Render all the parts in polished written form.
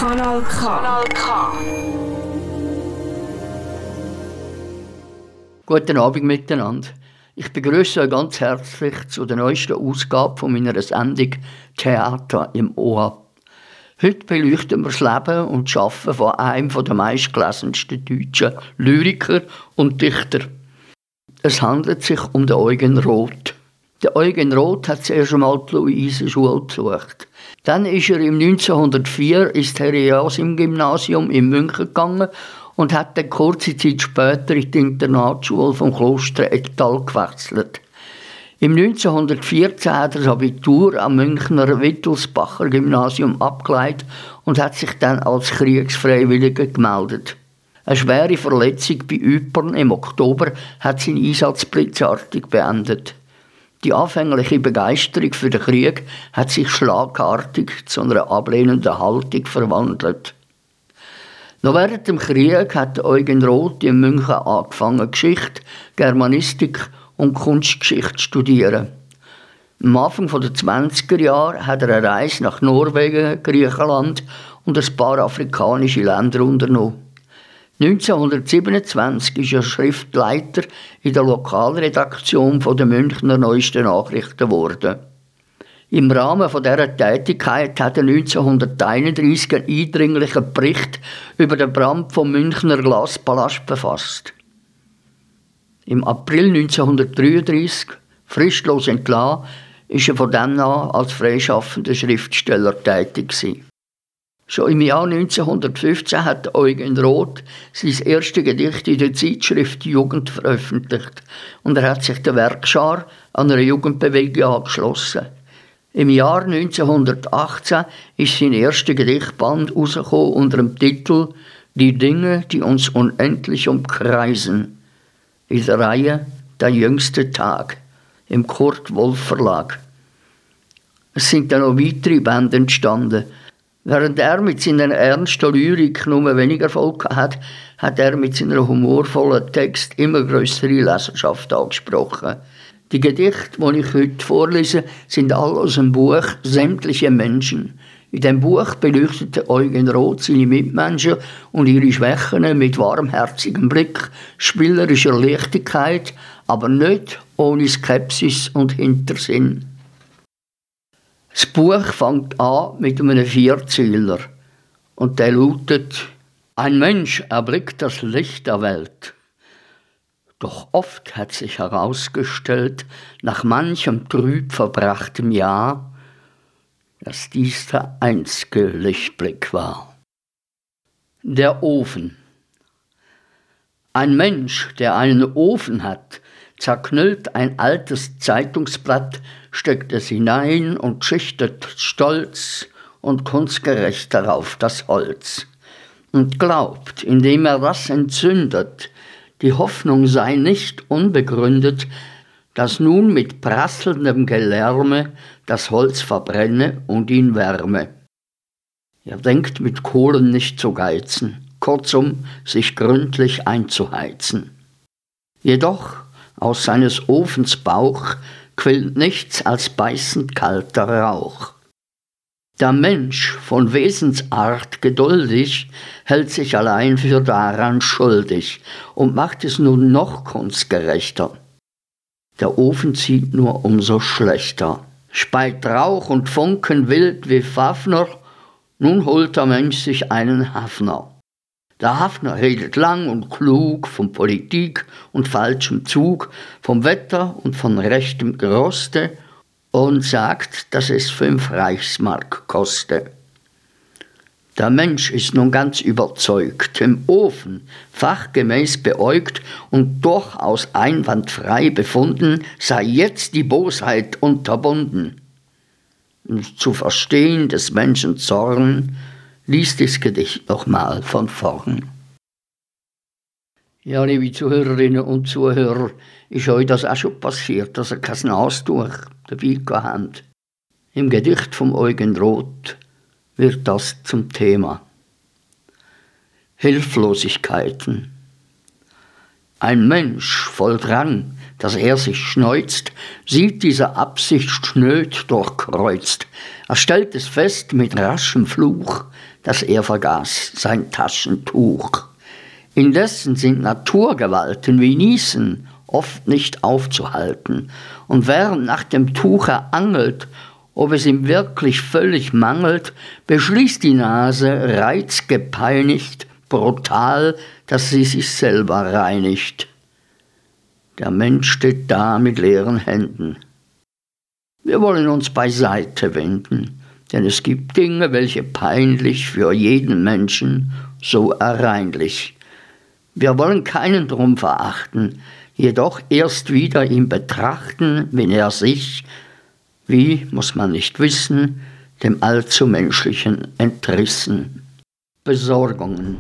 Kanal K. Kanal K. Guten Abend miteinander. Ich begrüße euch ganz herzlich zu der neuesten Ausgabe von meiner Sendung Theater im Ohr. Heute beleuchten wir das Leben und das Schaffen von einem der meistgelesensten deutschen Lyriker und Dichter. Es handelt sich um den Eugen Roth. Der Eugen Roth hat zuerst einmal die Luisenschule besucht. Dann ist er im 1904 ins Theresiengymnasium in München gegangen und hat dann kurze Zeit später in die Internatsschule vom Kloster Ettal gewechselt. Im 1914 hat er das Abitur am Münchner Wittelsbacher Gymnasium abgelegt und hat sich dann als Kriegsfreiwilliger gemeldet. Eine schwere Verletzung bei Ypern im Oktober hat seinen Einsatz blitzartig beendet. Die anfängliche Begeisterung für den Krieg hat sich schlagartig zu einer ablehnenden Haltung verwandelt. Noch während dem Krieg hat Eugen Roth in München angefangen, Geschichte, Germanistik und Kunstgeschichte zu studieren. Am Anfang der 20er Jahre hat er eine Reise nach Norwegen, Griechenland und ein paar afrikanische Länder unternommen. 1927 ist er Schriftleiter in der Lokalredaktion der Münchner Neuesten Nachrichten geworden. Im Rahmen dieser Tätigkeit hat er 1931 einen eindringlichen Bericht über den Brand vom Münchner Glaspalast verfasst. Im April 1933, fristlos entlassen, ist er von dann an als freischaffender Schriftsteller tätig gewesen. Schon im Jahr 1915 hat Eugen Roth sein erstes Gedicht in der Zeitschrift Jugend veröffentlicht und er hat sich der Werkschar an einer Jugendbewegung angeschlossen. Im Jahr 1918 ist sein erster Gedichtband herausgekommen unter dem Titel »Die Dinge, die uns unendlich umkreisen« in der Reihe »Der jüngste Tag« im Kurt Wolf Verlag. Es sind dann noch weitere Bände entstanden. Während er mit seiner ernsten Lyrik nur wenig Erfolg hat, hat er mit seinem humorvollen Text immer grössere Leserschaft angesprochen. Die Gedichte, die ich heute vorlese, sind alle aus dem Buch «Sämtliche Menschen». In diesem Buch beleuchtet Eugen Roth seine Mitmenschen und ihre Schwächen mit warmherzigem Blick, spielerischer Leichtigkeit, aber nicht ohne Skepsis und Hintersinn. Das Buch fängt an mit einem Vierzeiler und der lautet: Ein Mensch erblickt das Licht der Welt. Doch oft hat sich herausgestellt, nach manchem trüb verbrachtem Jahr, dass dies der einzige Lichtblick war. Der Ofen. Ein Mensch, der einen Ofen hat, zerknüllt ein altes Zeitungsblatt, steckt es hinein und schichtet stolz und kunstgerecht darauf das Holz. Und glaubt, indem er das entzündet, die Hoffnung sei nicht unbegründet, dass nun mit prasselndem Gelärme das Holz verbrenne und ihn wärme. Er denkt mit Kohlen nicht zu geizen, kurzum, sich gründlich einzuheizen. Jedoch aus seines Ofens Bauch quillt nichts als beißend kalter Rauch. Der Mensch, von Wesensart geduldig, hält sich allein für daran schuldig und macht es nun noch kunstgerechter. Der Ofen zieht nur umso schlechter, speit Rauch und Funken wild wie Fafner, nun holt der Mensch sich einen Hafner. Der Hafner redet lang und klug von Politik und falschem Zug, vom Wetter und von rechtem Geroste und sagt, dass es 5 Reichsmark koste. Der Mensch ist nun ganz überzeugt, im Ofen fachgemäß beäugt und durchaus einwandfrei befunden, sei jetzt die Bosheit unterbunden. Zu verstehen des Menschen Zorn liest das Gedicht nochmal von vorn. Ja, liebe Zuhörerinnen und Zuhörer, ist euch das auch schon passiert, dass ihr kein Nastuch dabei habt? Im Gedicht vom Eugen Roth wird das zum Thema. Hilflosigkeiten. Ein Mensch voll Drang, dass er sich schneuzt, sieht diese Absicht schnöd durchkreuzt. Er stellt es fest mit raschem Fluch, dass er vergaß sein Taschentuch. Indessen sind Naturgewalten wie Niesen oft nicht aufzuhalten. Und während nach dem Tuch er angelt, ob es ihm wirklich völlig mangelt, beschließt die Nase, reizgepeinigt, brutal, dass sie sich selber reinigt. Der Mensch steht da mit leeren Händen. Wir wollen uns beiseite wenden, denn es gibt Dinge, welche peinlich für jeden Menschen so erreinlich. Wir wollen keinen drum verachten, jedoch erst wieder ihn betrachten, wenn er sich, wie muss man nicht wissen, dem allzu Menschlichen entrissen. Besorgungen.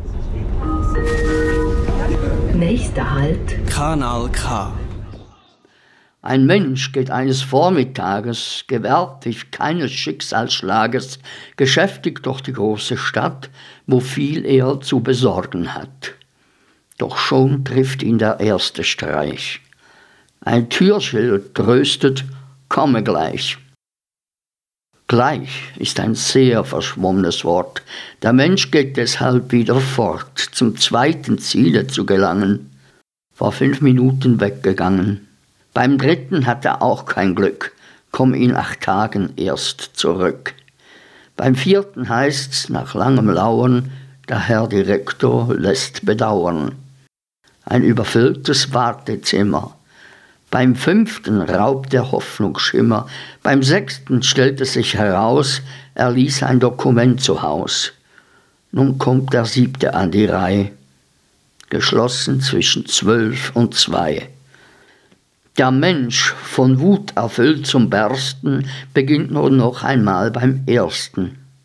Nächster Halt. Kanal K. Ein Mensch geht eines Vormittages, gewärtig keines Schicksalsschlages, geschäftig durch die große Stadt, wo viel er zu besorgen hat. Doch schon trifft ihn der erste Streich. Ein Türschild tröstet, komme gleich. Gleich ist ein sehr verschwommenes Wort. Der Mensch geht deshalb wieder fort, zum zweiten Ziele zu gelangen. Vor 5 Minuten weggegangen. Beim dritten hat er auch kein Glück, komm in 8 Tagen erst zurück. Beim vierten heißt's nach langem Lauern, der Herr Direktor lässt bedauern. Ein überfülltes Wartezimmer. Beim 5. raubt der Hoffnungsschimmer. Beim 6. stellt es sich heraus, er ließ ein Dokument zu Haus. Nun kommt der 7. an die Reihe, geschlossen zwischen 12 und 2. Der Mensch, von Wut erfüllt zum Bersten, beginnt nun noch einmal beim 1.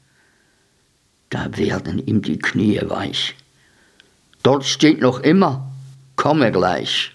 Da werden ihm die Knie weich. Dort steht noch immer, komme gleich.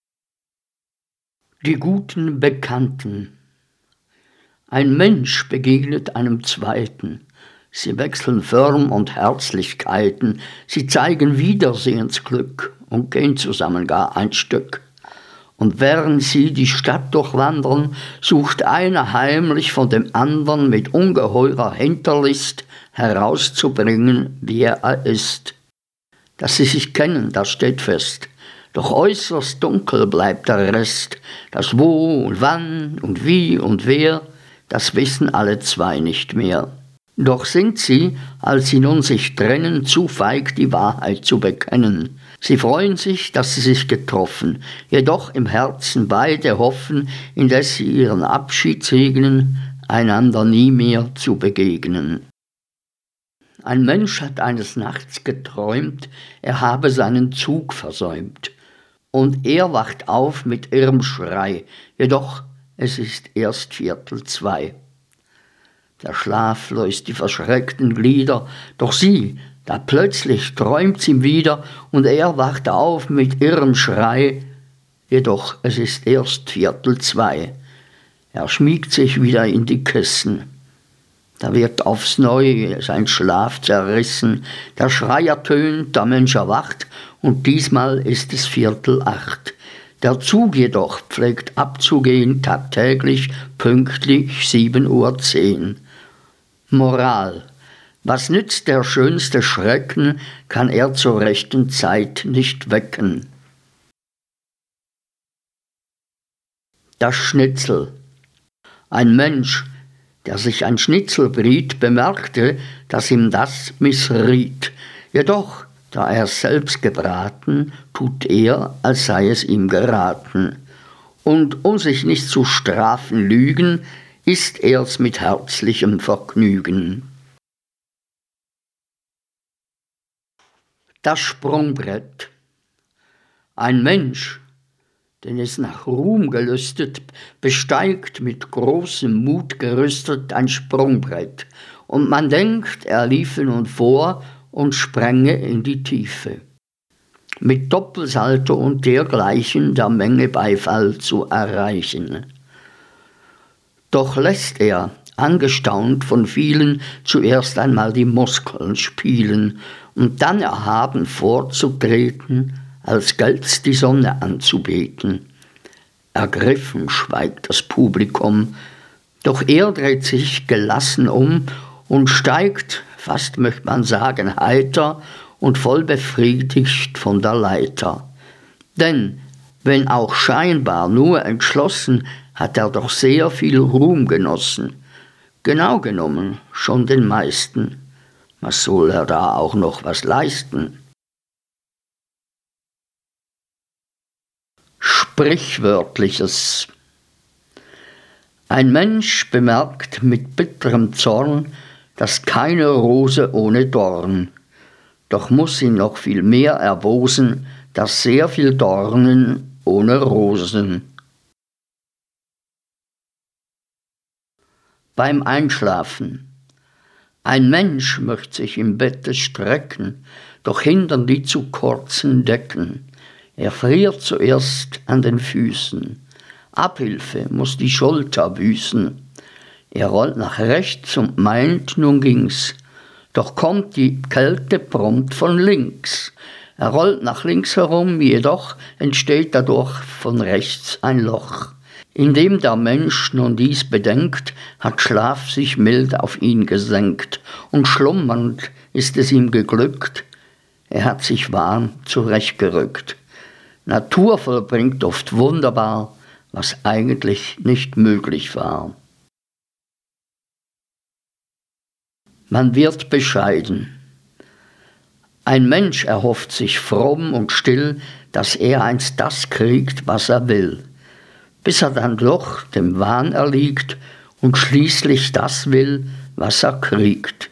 Die guten Bekannten. Ein Mensch begegnet einem Zweiten. Sie wechseln Firm und Herzlichkeiten. Sie zeigen Wiedersehensglück und gehen zusammen gar ein Stück. Und während sie die Stadt durchwandern, sucht einer heimlich von dem anderen mit ungeheurer Hinterlist herauszubringen, wer er ist. Dass sie sich kennen, das steht fest. Doch äußerst dunkel bleibt der Rest. Das Wo und Wann und Wie und Wer, das wissen alle zwei nicht mehr. Doch sind sie, als sie nun sich trennen, zu feig, die Wahrheit zu bekennen. Sie freuen sich, dass sie sich getroffen, jedoch im Herzen beide hoffen, indes sie ihren Abschied segnen, einander nie mehr zu begegnen. Ein Mensch hat eines Nachts geträumt, er habe seinen Zug versäumt. Und er wacht auf mit irrem Schrei, jedoch es ist erst 1:45. Der Schlaf löst die verschreckten Glieder, doch sieh, da plötzlich träumt's ihm wieder und er wacht auf mit irrem Schrei, jedoch es ist erst 1:45. Er schmiegt sich wieder in die Kissen. Da wird aufs Neue sein Schlaf zerrissen, der Schrei ertönt, der Mensch erwacht und diesmal ist es 7:45. Der Zug jedoch pflegt abzugehen, tagtäglich pünktlich 7:10 Uhr. Moral: Was nützt der schönste Schrecken, kann er zur rechten Zeit nicht wecken. Das Schnitzel. Ein Mensch, der sich ein Schnitzel briet, bemerkte, dass ihm das missriet. Jedoch, da er es selbst gebraten, tut er, als sei es ihm geraten. Und um sich nicht zu strafen Lügen, isst er's mit herzlichem Vergnügen. Das Sprungbrett. Ein Mensch, den es nach Ruhm gelüstet, besteigt mit großem Mut gerüstet ein Sprungbrett, und man denkt, er liefe nun vor und sprenge in die Tiefe, mit Doppelsalto und dergleichen der Menge Beifall zu erreichen. Doch lässt er, angestaunt von vielen, zuerst einmal die Muskeln spielen und dann erhaben vorzutreten, als gält's die Sonne anzubeten. Ergriffen schweigt das Publikum, doch er dreht sich gelassen um und steigt, fast möchte man sagen heiter und voll befriedigt von der Leiter. Denn, wenn auch scheinbar nur entschlossen, hat er doch sehr viel Ruhm genossen. Genau genommen schon den meisten. Was soll er da auch noch was leisten? Sprichwörtliches. Ein Mensch bemerkt mit bitterem Zorn, dass keine Rose ohne Dorn, doch muß ihn noch viel mehr erbosen, dass sehr viel Dornen ohne Rosen. Beim Einschlafen. Ein Mensch möchte sich im Bette strecken, doch hindern die zu kurzen Decken. Er friert zuerst an den Füßen. Abhilfe muß die Schulter büßen. Er rollt nach rechts und meint, nun ging's. Doch kommt die Kälte prompt von links. Er rollt nach links herum, jedoch entsteht dadurch von rechts ein Loch. Indem der Mensch nun dies bedenkt, hat Schlaf sich mild auf ihn gesenkt, und schlummernd ist es ihm geglückt, er hat sich warm zurechtgerückt. Natur vollbringt oft wunderbar, was eigentlich nicht möglich war. Man wird bescheiden. Ein Mensch erhofft sich fromm und still, dass er einst das kriegt, was er will, bis er dann doch dem Wahn erliegt und schließlich das will, was er kriegt.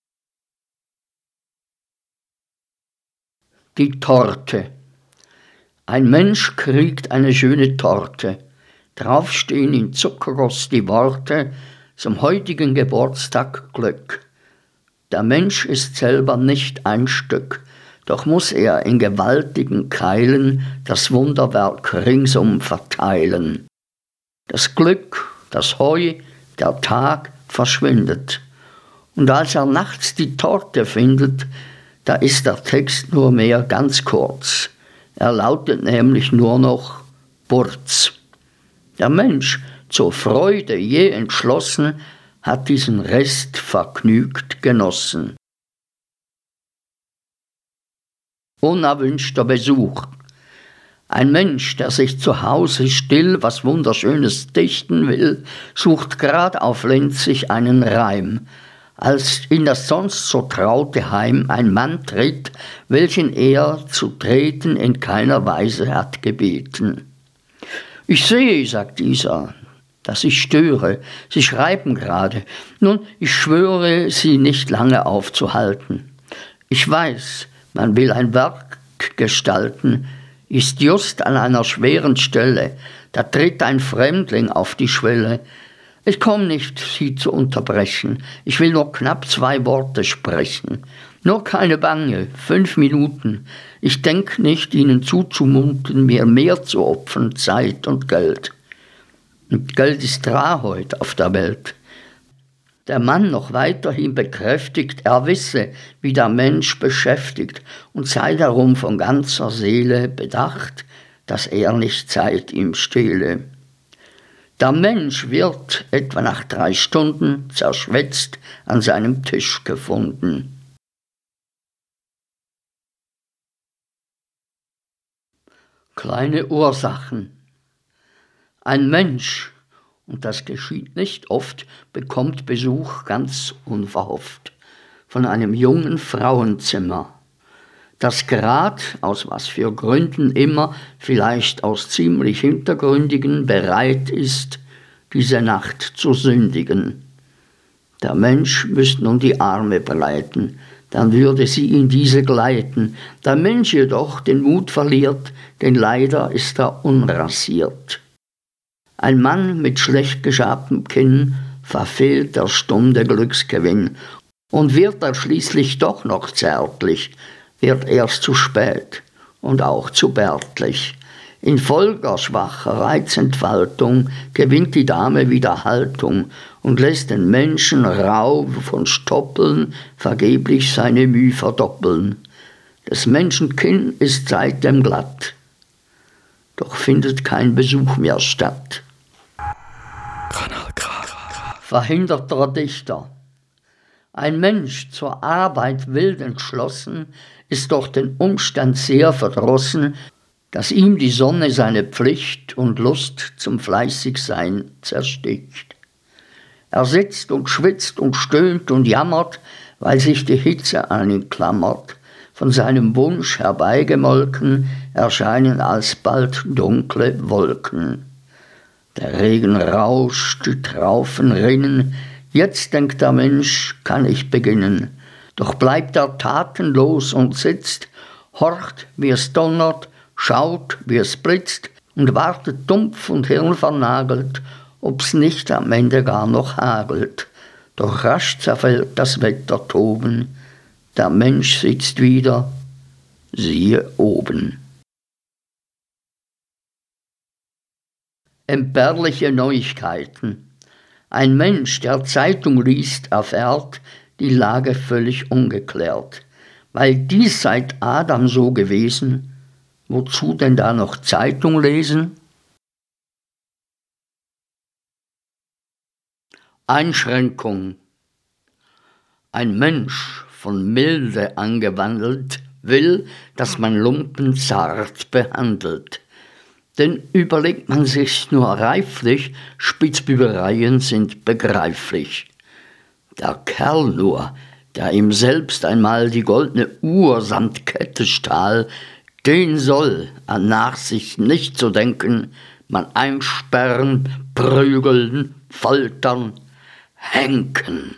Die Torte. Ein Mensch kriegt eine schöne Torte. Drauf stehen in Zuckerguss die Worte: Zum heutigen Geburtstag Glück. Der Mensch ist selber nicht ein Stück, doch muss er in gewaltigen Keilen das Wunderwerk ringsum verteilen. Das Glück, das Heu, der Tag verschwindet. Und als er nachts die Torte findet, da ist der Text nur mehr ganz kurz. Er lautet nämlich nur noch Burz. Der Mensch, zur Freude je entschlossen, hat diesen Rest vergnügt genossen. Unerwünschter Besuch. Ein Mensch, der sich zu Hause still was Wunderschönes dichten will, sucht grad auf Lenz sich einen Reim, als in das sonst so traute Heim ein Mann tritt, welchen er zu treten in keiner Weise hat gebeten. »Ich sehe«, sagt dieser, »dass ich störe. Sie schreiben gerade. Nun, ich schwöre, Sie nicht lange aufzuhalten. Ich weiß, man will ein Werk gestalten, ist just an einer schweren Stelle. Da tritt ein Fremdling auf die Schwelle. Ich komme nicht, Sie zu unterbrechen. Ich will nur knapp 2 Worte sprechen. Nur keine Bange, 5 Minuten. Ich denk nicht, Ihnen zuzumuten, mir mehr zu opfern, Zeit und Geld. Und Geld ist rar heut auf der Welt. Der Mann noch weiterhin bekräftigt, er wisse, wie der Mensch beschäftigt und sei darum von ganzer Seele bedacht, dass er nicht Zeit ihm stehle. Der Mensch wird etwa nach 3 Stunden zerschwätzt an seinem Tisch gefunden. Kleine Ursachen. Ein Mensch, und das geschieht nicht oft, bekommt Besuch ganz unverhofft von einem jungen Frauenzimmer, das grad, aus was für Gründen immer, vielleicht aus ziemlich hintergründigen, bereit ist, diese Nacht zu sündigen. Der Mensch müsste nun die Arme breiten, dann würde sie in diese gleiten. Der Mensch jedoch den Mut verliert, denn leider ist er unrasiert. Ein Mann mit schlecht geschabtem Kinn verfehlt der Stunde Glücksgewinn. Und wird er schließlich doch noch zärtlich, wird erst zu spät und auch zu bärtlich. Infolge schwacher Reizentfaltung gewinnt die Dame wieder Haltung und lässt den Menschen rau von Stoppeln vergeblich seine Müh verdoppeln. Des Menschen Kinn ist seitdem glatt, doch findet kein Besuch mehr statt. Verhinderter Dichter. Ein Mensch zur Arbeit wild entschlossen, ist durch den Umstand sehr verdrossen, dass ihm die Sonne seine Pflicht und Lust zum Fleißigsein zersticht. Er sitzt und schwitzt und stöhnt und jammert, weil sich die Hitze an ihn klammert. Von seinem Wunsch herbeigemolken erscheinen alsbald dunkle Wolken. Der Regen rauscht, die Traufen rinnen, jetzt denkt der Mensch, kann ich beginnen. Doch bleibt er tatenlos und sitzt, horcht, wie es donnert, schaut, wie es blitzt und wartet dumpf und hirnvernagelt, ob's nicht am Ende gar noch hagelt. Doch rasch zerfällt das Wettertoben, der Mensch sitzt wieder, siehe oben. Empörliche Neuigkeiten. Ein Mensch, der Zeitung liest, erfährt die Lage völlig ungeklärt. Weil dies seit Adam so gewesen, wozu denn da noch Zeitung lesen? Einschränkung. Ein Mensch, von Milde angewandelt, will, dass man Lumpen zart behandelt. Denn überlegt man sich's nur reiflich, Spitzbübereien sind begreiflich. Der Kerl nur, der ihm selbst einmal die goldene Uhr samt Kette stahl, den soll, an Nachsicht nicht zu denken, man einsperren, prügeln, foltern, henken.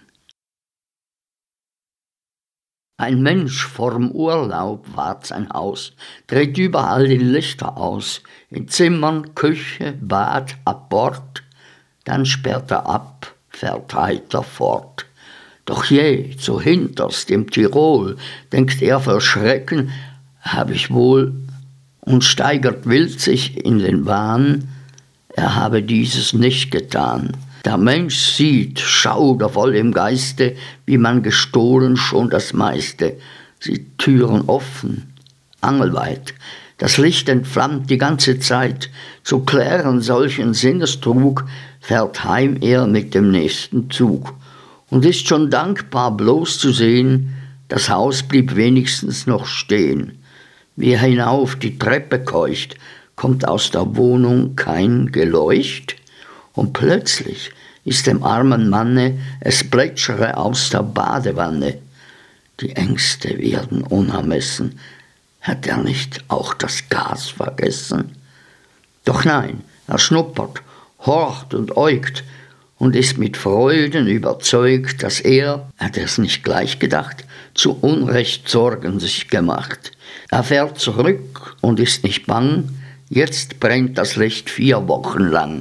Ein Mensch vorm Urlaub wahrt sein Haus, dreht überall die Lichter aus, in Zimmern, Küche, Bad, ab Bord, dann sperrt er ab, fährt heiter fort. Doch je, zu hinterst im Tirol, denkt er voll Schrecken, hab ich wohl, und steigert wild sich in den Wahn, er habe dieses nicht getan. Der Mensch sieht, schaudervoll im Geiste, wie man gestohlen schon das meiste. Sie Türen offen, angelweit, das Licht entflammt die ganze Zeit. Zu klären solchen Sinnestrug fährt heim er mit dem nächsten Zug und ist schon dankbar bloß zu sehen, das Haus blieb wenigstens noch stehen. Wie er hinauf die Treppe keucht, kommt aus der Wohnung kein Geleucht, und plötzlich ist dem armen Manne es plätschere aus der Badewanne. Die Ängste werden unermessen. Hat er nicht auch das Gas vergessen? Doch nein, er schnuppert, horcht und äugt und ist mit Freuden überzeugt, dass er, hat er's nicht gleich gedacht, zu Unrecht Sorgen sich gemacht. Er fährt zurück und ist nicht bang, jetzt brennt das Licht 4 Wochen lang.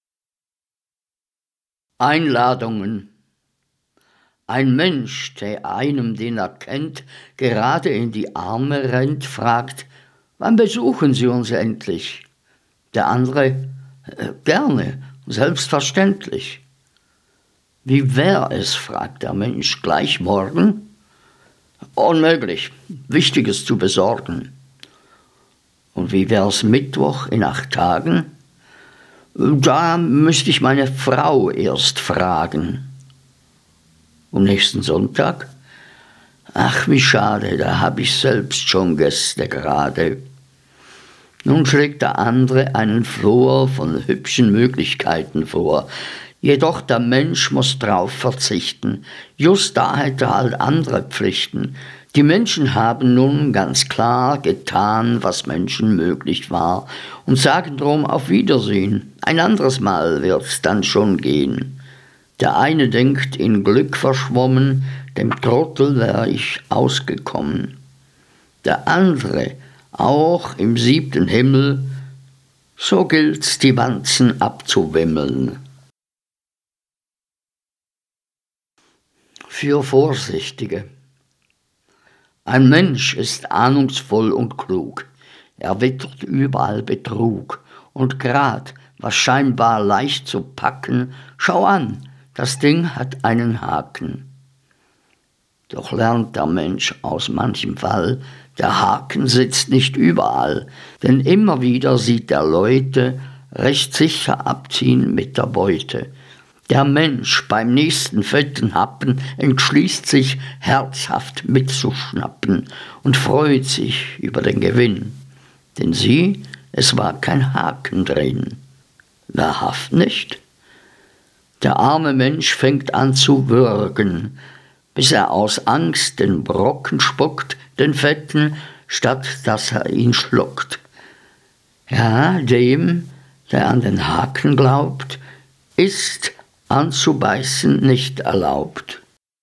Einladungen. Ein Mensch, der einem, den er kennt, gerade in die Arme rennt, fragt, wann besuchen Sie uns endlich? Der andere, gerne, selbstverständlich. Wie wär es, fragt der Mensch, gleich morgen? Unmöglich, Wichtiges zu besorgen. Und wie wär's Mittwoch in 8 Tagen? Da müsste ich meine Frau erst fragen. Und nächsten Sonntag? Ach, wie schade, da hab ich selbst schon Gäste gerade. Nun schlägt der andere einen Flor von hübschen Möglichkeiten vor. Jedoch der Mensch muss drauf verzichten. Just da hätte er halt andere Pflichten. Die Menschen haben nun ganz klar getan, was Menschen möglich war, und sagen drum auf Wiedersehen. Ein anderes Mal wird's dann schon gehen. Der eine denkt, in Glück verschwommen, dem Trottel wär ich ausgekommen. Der andere, auch im 7. Himmel, so gilt's, die Wanzen abzuwimmeln. Für Vorsichtige. Ein Mensch ist ahnungsvoll und klug. Er wittert überall Betrug. Und grad, was scheinbar leicht zu packen, schau an, das Ding hat einen Haken. Doch lernt der Mensch aus manchem Fall, der Haken sitzt nicht überall, denn immer wieder sieht er Leute recht sicher abziehen mit der Beute. Der Mensch beim nächsten fetten Happen entschließt sich, herzhaft mitzuschnappen und freut sich über den Gewinn. Denn sieh, es war kein Haken drin. Wahrhaft nicht? Der arme Mensch fängt an zu würgen, bis er aus Angst den Brocken spuckt, den fetten, statt dass er ihn schluckt. Ja, dem, der an den Haken glaubt, ist anzubeißen nicht erlaubt.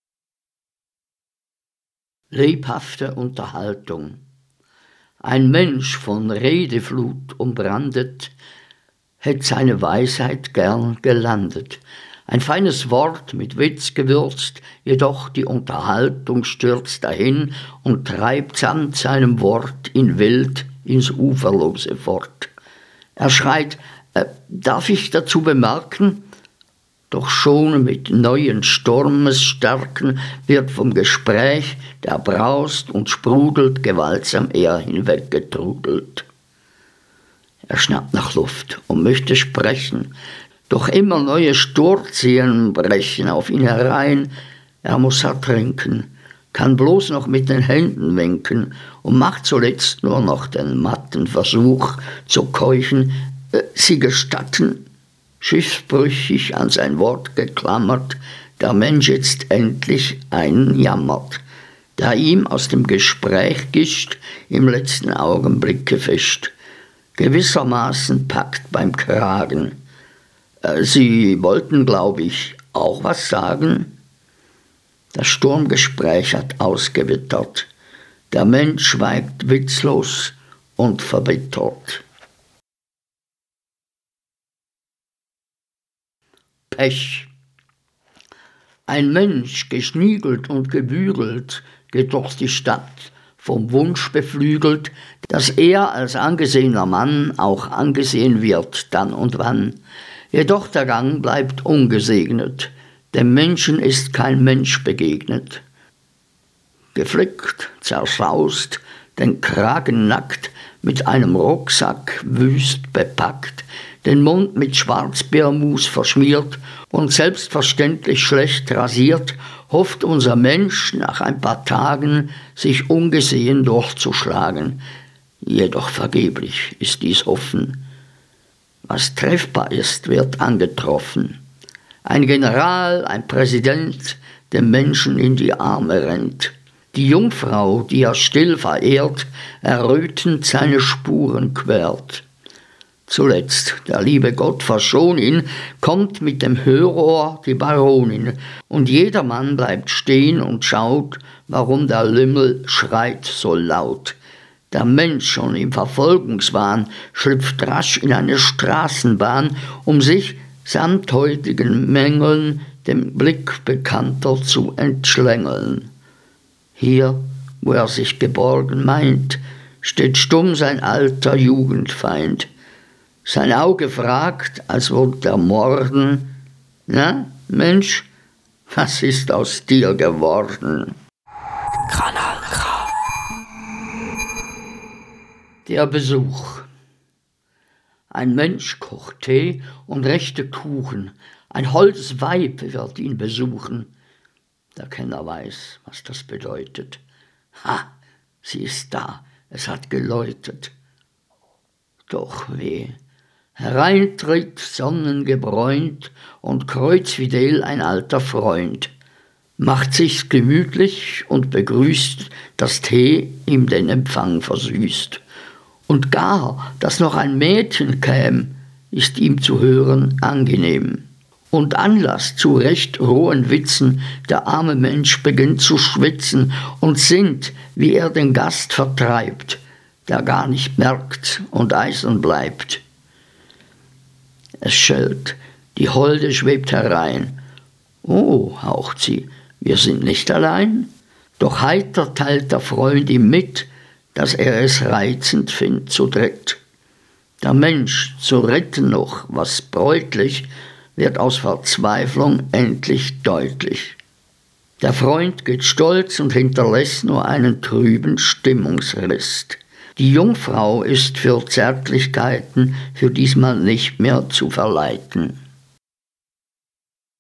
Lebhafte Unterhaltung. Ein Mensch von Redeflut umbrandet, hätt seine Weisheit gern gelandet. Ein feines Wort mit Witz gewürzt, jedoch die Unterhaltung stürzt dahin und treibt samt seinem Wort ihn wild ins Uferlose fort. Er schreit, darf ich dazu bemerken? Doch schon mit neuen Sturmesstärken wird vom Gespräch, der braust und sprudelt, gewaltsam er hinweggetrudelt. Er schnappt nach Luft und möchte sprechen, doch immer neue Sturzien brechen auf ihn herein. Er muss ertrinken, kann bloß noch mit den Händen winken und macht zuletzt nur noch den matten Versuch zu keuchen, Sie gestatten, schiffsbrüchig an sein Wort geklammert, der Mensch jetzt endlich einen jammert, da ihm aus dem Gespräch Gischt im letzten Augenblicke fischt, gewissermaßen packt beim Kragen. Sie wollten, glaub ich, auch was sagen? Das Sturmgespräch hat ausgewittert, der Mensch schweigt witzlos und verbittert. Pech. Ein Mensch, geschniegelt und gebügelt, geht durch die Stadt, vom Wunsch beflügelt, dass er als angesehener Mann auch angesehen wird, dann und wann. Jedoch der Gang bleibt ungesegnet, dem Menschen ist kein Mensch begegnet. Geflickt, zersaust, den Kragen nackt, mit einem Rucksack wüst bepackt, den Mund mit Schwarzbeermus verschmiert und selbstverständlich schlecht rasiert, hofft unser Mensch nach ein paar Tagen, sich ungesehen durchzuschlagen. Jedoch vergeblich ist dies Hoffen. Was treffbar ist, wird angetroffen. Ein General, ein Präsident, dem Menschen in die Arme rennt. Die Jungfrau, die er still verehrt, errötend seine Spuren quert. Zuletzt, der liebe Gott verschon ihn, kommt mit dem Hörrohr die Baronin, und jedermann bleibt stehen und schaut, warum der Lümmel schreit so laut. Der Mensch schon im Verfolgungswahn schlüpft rasch in eine Straßenbahn, um sich samt heutigen Mängeln dem Blick Bekannter zu entschlängeln. Hier, wo er sich geborgen meint, steht stumm sein alter Jugendfeind. Sein Auge fragt, als wollte er morden, na, Mensch, was ist aus dir geworden? Kanal K. Der Besuch. Ein Mensch kocht Tee und rechte Kuchen, ein holdes Weib wird ihn besuchen. Der Kenner weiß, was das bedeutet. Ha, sie ist da, es hat geläutet. Doch weh. Hereintritt sonnengebräunt und kreuzfidel ein alter Freund, macht sich's gemütlich und begrüßt, dass Tee ihm den Empfang versüßt. Und gar, dass noch ein Mädchen käm, ist ihm zu hören angenehm. Und Anlass zu recht rohen Witzen, der arme Mensch beginnt zu schwitzen und sinnt, wie er den Gast vertreibt, der gar nicht merkt und eisern bleibt. Es schellt, die Holde schwebt herein. Oh, haucht sie, wir sind nicht allein. Doch heiter teilt der Freund ihm mit, dass er es reizend findet zu dritt. Der Mensch zu retten noch, was bräutlich, wird aus Verzweiflung endlich deutlich. Der Freund geht stolz und hinterlässt nur einen trüben Stimmungsriss. Die Jungfrau ist für Zärtlichkeiten für diesmal nicht mehr zu verleiten.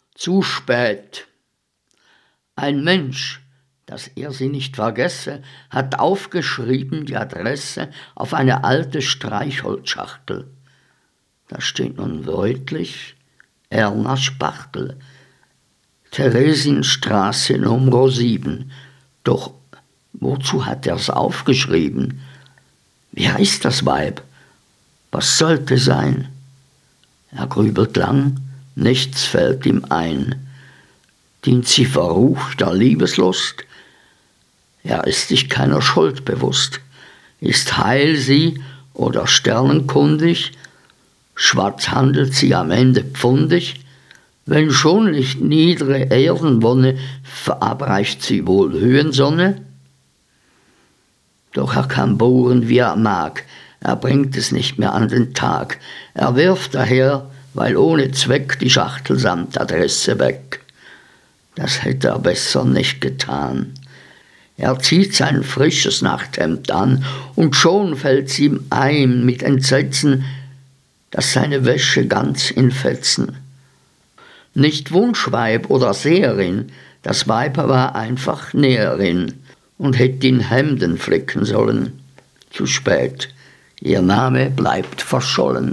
Zu spät. Ein Mensch, dass er sie nicht vergesse, hat aufgeschrieben die Adresse auf eine alte Streichholzschachtel. Da steht nun wörtlich Erna Spachtel, Theresienstraße Nr. 7. Doch wozu hat er's aufgeschrieben? Wie heißt das Weib? Was sollte sein? Er grübelt lang, nichts fällt ihm ein. Dient sie verruchter Liebeslust? Er ist sich keiner Schuld bewusst. Ist heil sie oder sternenkundig? Schwarz handelt sie am Ende pfundig? Wenn schon nicht niedere Erdenwonne, verabreicht sie wohl Höhensonne? Doch er kann bohren, wie er mag, er bringt es nicht mehr an den Tag. Er wirft daher, weil ohne Zweck, die Schachtel samt Adresse weg. Das hätte er besser nicht getan. Er zieht sein frisches Nachthemd an, und schon fällt's ihm ein mit Entsetzen, dass seine Wäsche ganz in Fetzen. Nicht Wunschweib oder Seherin, das Weib war einfach Näherin und hätte ihn Hemden flicken sollen. Zu spät, ihr Name bleibt verschollen.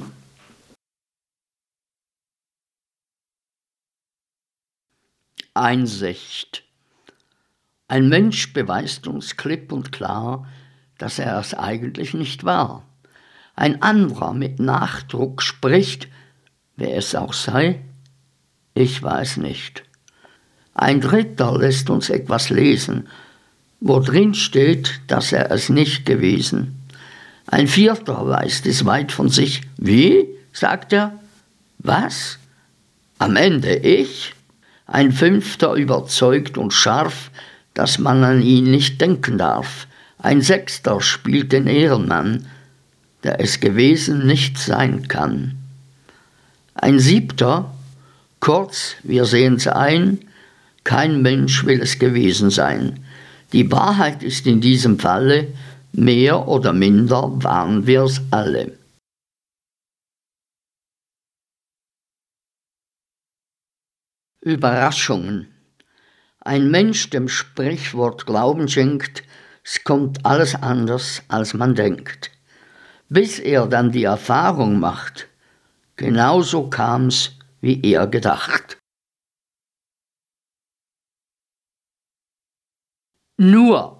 Einsicht. Ein Mensch beweist uns klipp und klar, dass er es eigentlich nicht war. Ein anderer mit Nachdruck spricht, wer es auch sei, ich weiß nicht. Ein Dritter lässt uns etwas lesen, wo drin steht, dass er es nicht gewesen. Ein Vierter weist es weit von sich. Wie? Sagt er. Was? Am Ende ich? Ein Fünfter überzeugt und scharf, dass man an ihn nicht denken darf. Ein Sechster spielt den Ehrenmann, der es gewesen nicht sein kann. Ein Siebter, kurz, wir sehen's ein, kein Mensch will es gewesen sein. Die Wahrheit ist in diesem Falle, mehr oder minder waren wir's alle. Überraschungen. Ein Mensch dem Sprichwort Glauben schenkt, es kommt alles anders, als man denkt. Bis er dann die Erfahrung macht, genauso kam's, wie er gedacht. Nur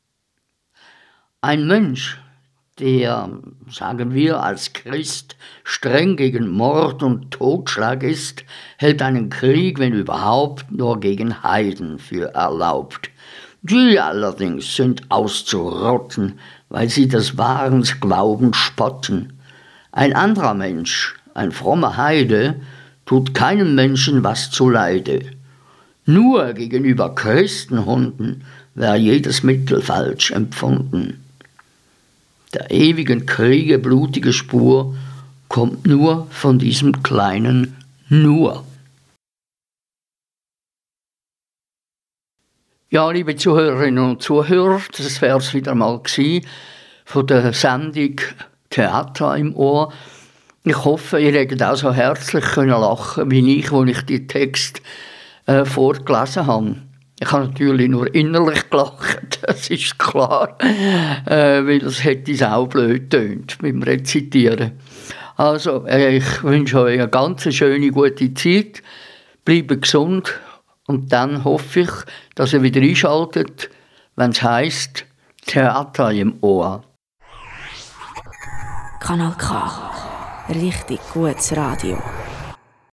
ein Mensch, der, sagen wir als Christ, streng gegen Mord und Totschlag ist, hält einen Krieg, wenn überhaupt, nur gegen Heiden für erlaubt. Die allerdings sind auszurotten, weil sie des wahren Glaubens spotten. Ein anderer Mensch, ein frommer Heide, tut keinem Menschen was zuleide. Nur gegenüber Christenhunden wär jedes Mittel falsch empfunden. Der ewigen Kriege blutige Spur kommt nur von diesem kleinen Nur. Ja, liebe Zuhörerinnen und Zuhörer, das wäre es wieder mal gewesen von der Sendung Theater im Ohr. Ich hoffe, ihr hättet auch so herzlich lachen wie ich, als ich die Text vorgelesen habe. Ich habe natürlich nur innerlich gelacht, das ist klar, weil das hätte es auch blöd getönt beim Rezitieren. Also, ich wünsche euch eine ganz schöne, gute Zeit, bleibt gesund und dann hoffe ich, dass ihr wieder einschaltet, wenn es heisst Theater im Ohr. Kanal K. Richtig gutes Radio.